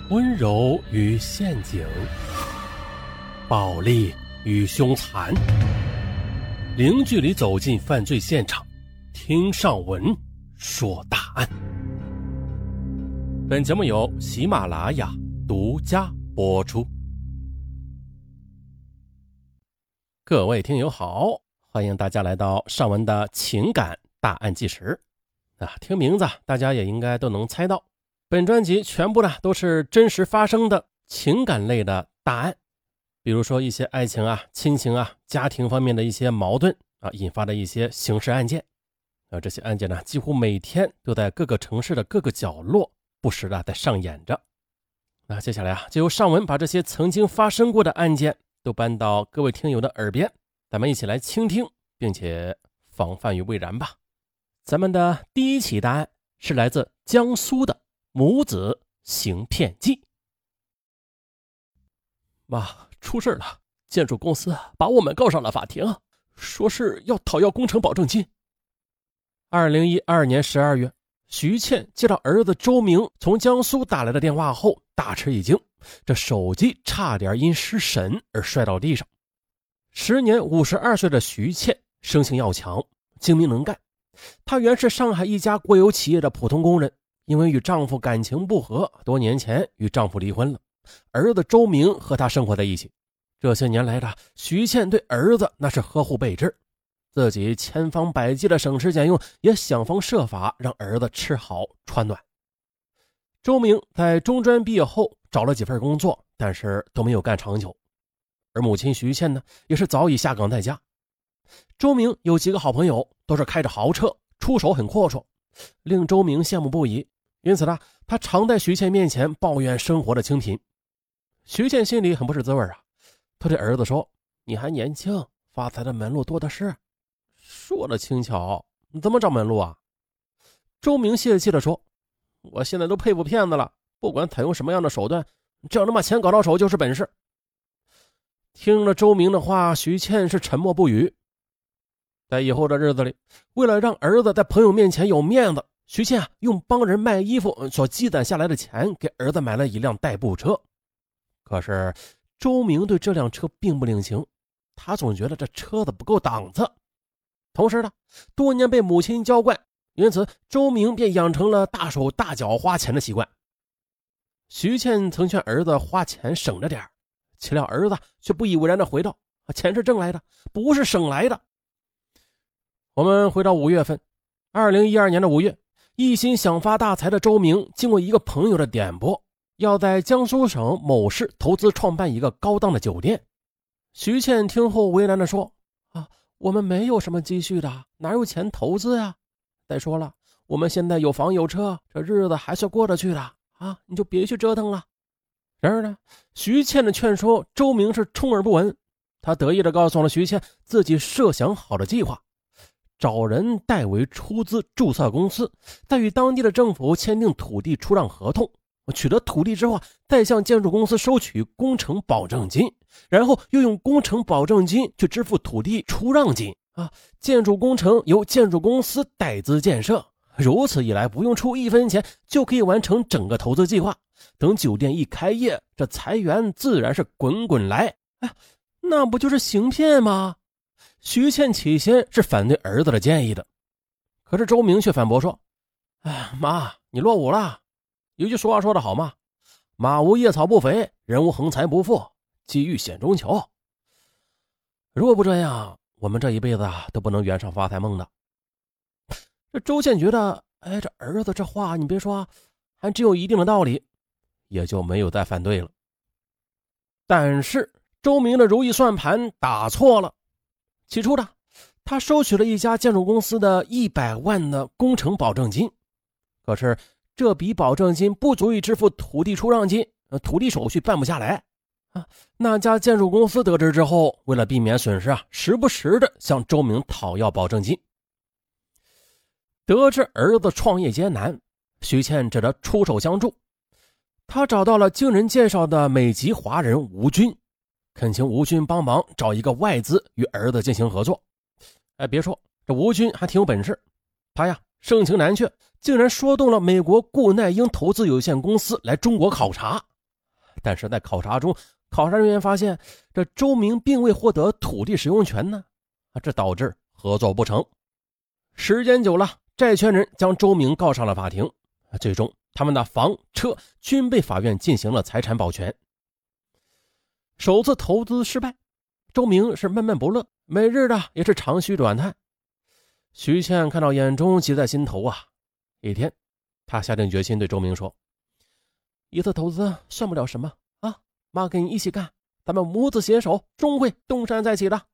温柔与陷阱，暴力与凶残，零距离走进犯罪现场，听上文说大案。本节目由喜马拉雅独家播出。各位听友好，欢迎大家来到上文的情感大案纪实。听名字大家也应该都能猜到，本专辑全部都是真实发生的情感类的大案，比如说一些爱情亲情家庭方面的一些矛盾引发的一些刑事案件。这些案件几乎每天都在各个城市的各个角落不时的在上演着。那接下来就由上文把这些曾经发生过的案件都搬到各位听友的耳边，咱们一起来倾听，并且防范于未然吧。咱们的第一起大案是来自江苏的母子行骗记。妈，出事了，建筑公司把我们告上了法庭，说是要讨要工程保证金。2012年12月，徐倩接到儿子周明从江苏打来的电话后，大吃一惊，这手机差点因失神而摔到地上。时年52岁的徐倩生性要强，精明能干。她原是上海一家国有企业的普通工人，因为与丈夫感情不和，多年前与丈夫离婚了。儿子周明和她生活在一起。这些年来的徐倩对儿子那是呵护备至，自己千方百计的省吃俭用，也想方设法让儿子吃好穿暖。周明在中专毕业后找了几份工作，但是都没有干长久。而母亲徐倩呢，也是早已下岗在家。周明有几个好朋友都是开着豪车，出手很阔绰，令周明羡慕不已。因此他常在徐倩面前抱怨生活的清贫。徐倩心里很不是滋味他对儿子说：“你还年轻，发财的门路多的是。”说的轻巧，你怎么找门路啊？周明泄气地说：“我现在都佩服骗子了，不管采用什么样的手段，只要能把钱搞到手就是本事。”听了周明的话，徐倩是沉默不语。在以后的日子里，为了让儿子在朋友面前有面子，徐倩用帮人卖衣服所积攒下来的钱给儿子买了一辆代步车。可是周明对这辆车并不领情，他总觉得这车子不够档次。同时多年被母亲娇惯，因此周明便养成了大手大脚花钱的习惯。徐倩曾劝儿子花钱省着点，岂料儿子却不以为然地回道：“钱是挣来的，不是省来的。”我们回到5月份，2012年的5月，一心想发大财的周明经过一个朋友的点拨，要在江苏省某市投资创办一个高档的酒店。徐倩听后为难地说：“我们没有什么积蓄的，哪有钱投资呀？再说了，我们现在有房有车，这日子还是过得去的你就别去折腾了。”然而徐倩的劝说周明是充耳不闻。他得意地告诉了徐倩自己设想好的计划，找人代为出资注册公司，再与当地的政府签订土地出让合同，取得土地之后再向建筑公司收取工程保证金，然后又用工程保证金去支付土地出让金建筑工程由建筑公司代资建设，如此一来不用出1分钱就可以完成整个投资计划。等酒店一开业，这财源自然是滚滚来。那不就是行骗吗？徐倩起先是反对儿子的建议的，可是周明却反驳说：“妈，你落伍了。有句俗话说得好嘛，马无夜草不肥，人无横财不富，机遇险中求。如果不这样，我们这一辈子都不能圆上发财梦的。”这周倩觉得这儿子这话你别说还真有一定的道理，也就没有再反对了。但是周明的如意算盘打错了。起初他收取了一家建筑公司的100万的工程保证金，可是这笔保证金不足以支付土地出让金，土地手续办不下来那家建筑公司得知之后，为了避免损失时不时的向周明讨要保证金。得知儿子创业艰难，徐倩只得出手相助。他找到了经人介绍的美籍华人吴军，恳请吴军帮忙找一个外资与儿子进行合作。别说这吴军还挺有本事，他盛情难却，竟然说动了美国顾耐英投资有限公司来中国考察但是在考察中，考察人员发现这周明并未获得土地使用权呢，这导致合作不成。时间久了，债权人将周明告上了法庭，最终他们的房车均被法院进行了财产保全。首次投资失败，周明是闷闷不乐，每日的也是长吁短叹。徐倩看到眼中急在心头啊，一天他下定决心对周明说，一次投资算不了什么啊，妈跟你一起干，咱们母子携手终会东山再起的。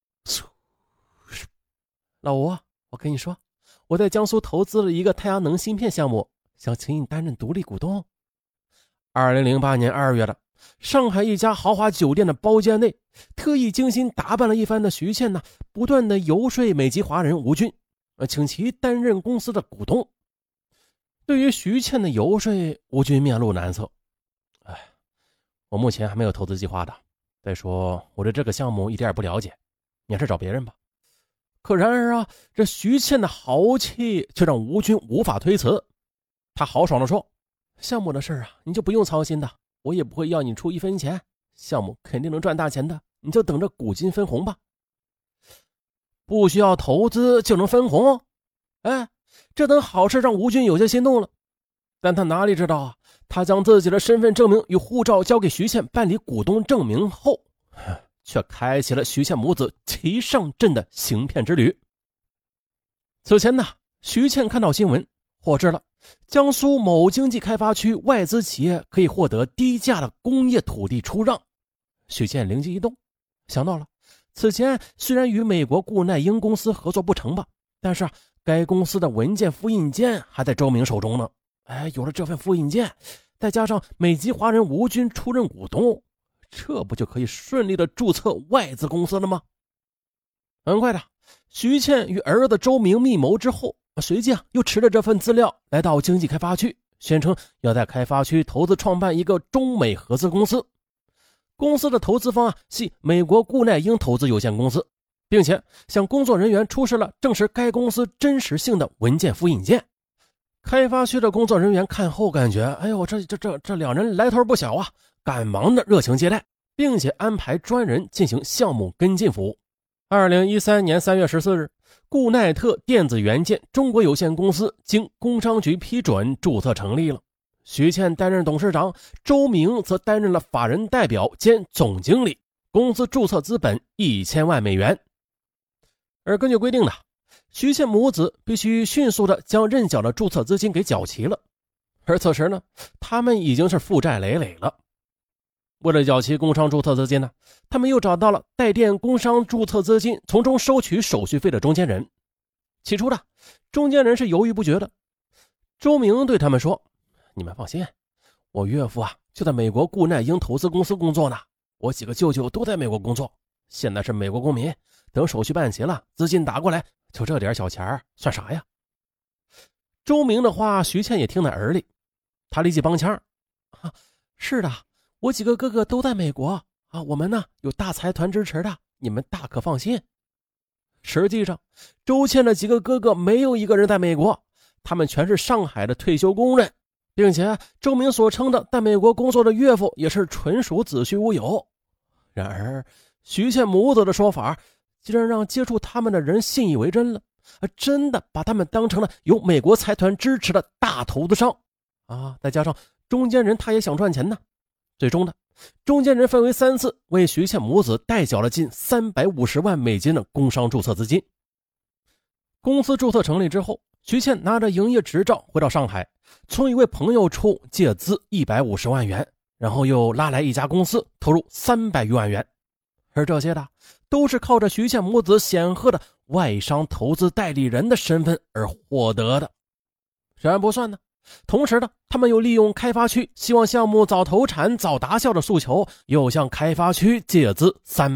老吴，我跟你说，我在江苏投资了一个太阳能芯片项目，想请你担任独立股东。2008年2月的上海一家豪华酒店的包间内，特意精心打扮了一番的徐倩不断的游说美籍华人吴军，请其担任公司的股东。对于徐倩的游说，吴军面露难色。我目前还没有投资计划的，再说我对这个项目一点也不了解，你还是找别人吧。可然而这徐倩的豪气却让吴军无法推辞。他豪爽地说，项目的事你就不用操心的，我也不会要你出1分钱，项目肯定能赚大钱的，你就等着股金分红吧。不需要投资就能分红？这等好事让吴军有些心动了。但他哪里知道他将自己的身份证明与护照交给徐倩办理股东证明后，却开启了徐倩母子齐上阵的行骗之旅。此前徐倩看到新闻，获知了江苏某经济开发区外资企业可以获得低价的工业土地出让。徐倩灵机一动，想到了此前虽然与美国固奈英公司合作不成吧，但是该公司的文件复印件还在周明手中呢。有了这份复印件，再加上美籍华人吴军出任股东，这不就可以顺利的注册外资公司了吗？很快的，徐倩与儿子周明密谋之后，随即又持着这份资料来到经济开发区，宣称要在开发区投资创办一个中美合资公司。公司的投资方系美国固奈英投资有限公司，并且向工作人员出示了证实该公司真实性的文件复印件。开发区的工作人员看后感觉，这两人来头不小啊，赶忙的热情接待，并且安排专人进行项目跟进服务。2013年3月14日，固奈特电子元件中国有限公司经工商局批准注册成立了。徐倩担任董事长，周明则担任了法人代表兼总经理，公司注册资本1000万美元。而根据规定呢，徐倩母子必须迅速的将认缴的注册资金给缴齐了，而此时呢，他们已经是负债累累了。为了缴齐工商注册资金呢，他们又找到了代垫工商注册资金，从中收取手续费的中间人。起初的中间人是犹豫不决的。周明对他们说，你们放心，我岳父就在美国固奈英投资公司工作呢，我几个舅舅都在美国工作，现在是美国公民，等手续办齐了，资金打过来，就这点小钱算啥呀？周明的话徐倩也听在耳里，他立即帮腔，是的，我几个哥哥都在美国我们有大财团支持的，你们大可放心。实际上周倩的几个哥哥没有一个人在美国，他们全是上海的退休工人，并且周明所称的在美国工作的岳父也是纯属子虚乌有。然而徐倩母子的说法竟然让接触他们的人信以为真了，真的把他们当成了由美国财团支持的大投资商再加上中间人他也想赚钱呢。最终的中间人分为3次为徐倩母子代缴了近350万美金的工商注册资金。公司注册成立之后，徐倩拿着营业执照回到上海，从一位朋友处借资150万元，然后又拉来一家公司投入300余万元，而这些的都是靠着徐倩母子显赫的外商投资代理人的身份而获得的。然而不算呢，同时呢，他们又利用开发区希望项目早投产早达效的诉求，又向开发区借资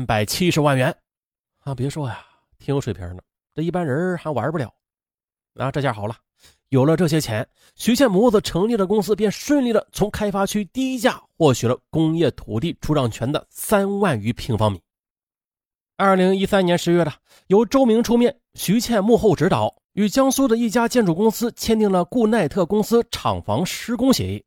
370万元别说挺有水平的，这一般人还玩不了。这下好了，有了这些钱，徐倩母子成立的公司便顺利的从开发区低价获取了工业土地出让权的3万余平方米。2013年10月的，由周明出面，徐倩幕后指导，与江苏的一家建筑公司签订了固奈特公司厂房施工协议，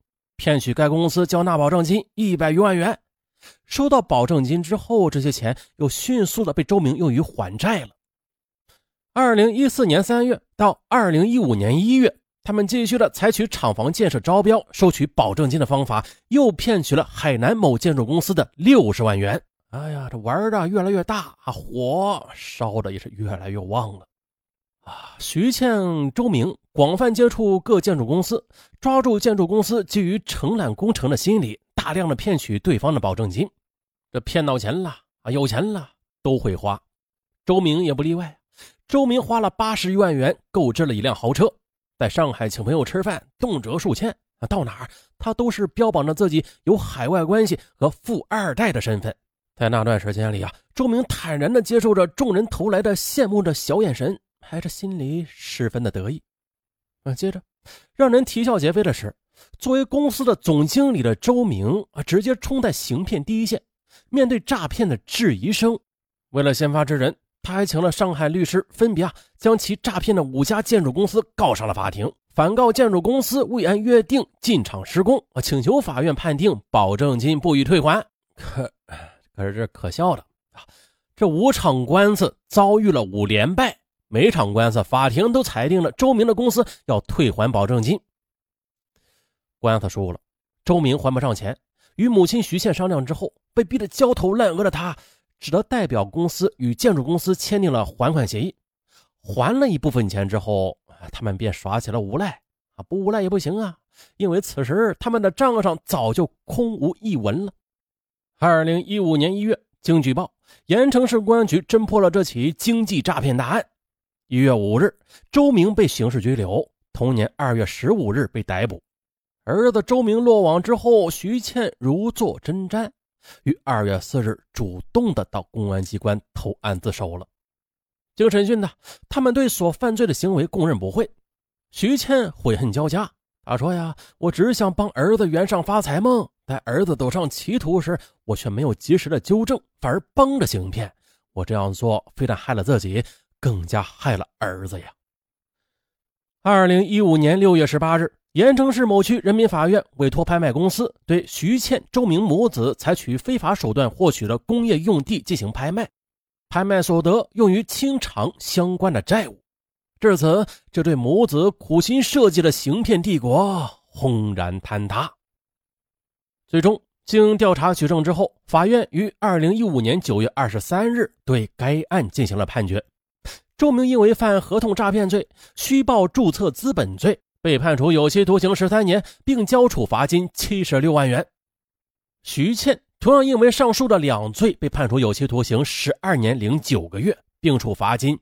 骗取该公司交纳保证金100余万元。收到保证金之后，这些钱又迅速的被周明用于还债了。2014年3月到2015年1月，他们继续的采取厂房建设招标收取保证金的方法，又骗取了海南某建筑公司的60万元。哎呀，这玩的越来越大，火烧的也是越来越旺了。徐倩、周明广泛接触各建筑公司，抓住建筑公司基于承揽工程的心理，大量的骗取对方的保证金。这骗到钱了有钱了都会花，周明也不例外。周明花了80余万元购置了一辆豪车，在上海请朋友吃饭，动辄数千，到哪儿他都是标榜着自己有海外关系和富二代的身份。在那段时间里周明坦然地接受着众人投来的羡慕的小眼神，还是心里十分的得意。接着让人啼笑皆非的是，作为公司的总经理的周明直接冲在行骗第一线，面对诈骗的质疑声，为了先发制人，他还请了上海律师分别将其诈骗的5家建筑公司告上了法庭，反告建筑公司未按约定进场施工，请求法院判定保证金不予退还。可是这可笑的这5场官司遭遇了5连败，每场官司法庭都裁定了周明的公司要退还保证金。官司输了，周明还不上钱，与母亲徐倩商量之后，被逼得焦头烂额的他只得代表公司与建筑公司签订了还款协议。还了一部分钱之后，他们便耍起了无赖不无赖也不行因为此时他们的账上早就空无一文了。2015年1月，经举报，盐城市公安局侦破了这起经济诈骗大案。1月5日，周明被刑事拘留，同年2月15日被逮捕。儿子周明落网之后，徐倩如坐针毡，于2月4日主动的到公安机关投案自首了。经审讯他们对所犯罪的行为供认不讳。徐倩悔恨交加，他说我只想帮儿子圆上发财梦，在儿子走上歧途时，我却没有及时的纠正，反而帮着行骗。我这样做非但害了自己，更加害了儿子呀。2015年6月18日，盐城市某区人民法院委托拍卖公司对徐倩、周明母子采取非法手段获取的工业用地进行拍卖，拍卖所得用于清偿相关的债务。至此，这对母子苦心设计的行骗帝国轰然坍塌。最终经调查取证之后，法院于2015年9月23日对该案进行了判决。周明因为犯合同诈骗罪、虚报注册资本罪，被判处有期徒刑13年，并交处罚金76万元。徐倩同样因为上述的2罪被判处有期徒刑12年零9个月，并处罚金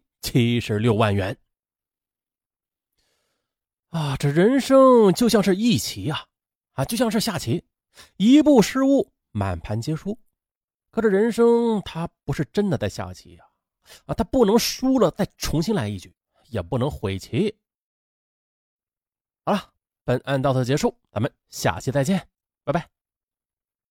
76万元。这人生就像是一棋就像是下棋，一步失误，满盘皆输。可这人生它不是真的在下棋他不能输了再重新来一局，也不能悔棋。好了，本案到此结束，咱们下期再见，拜拜。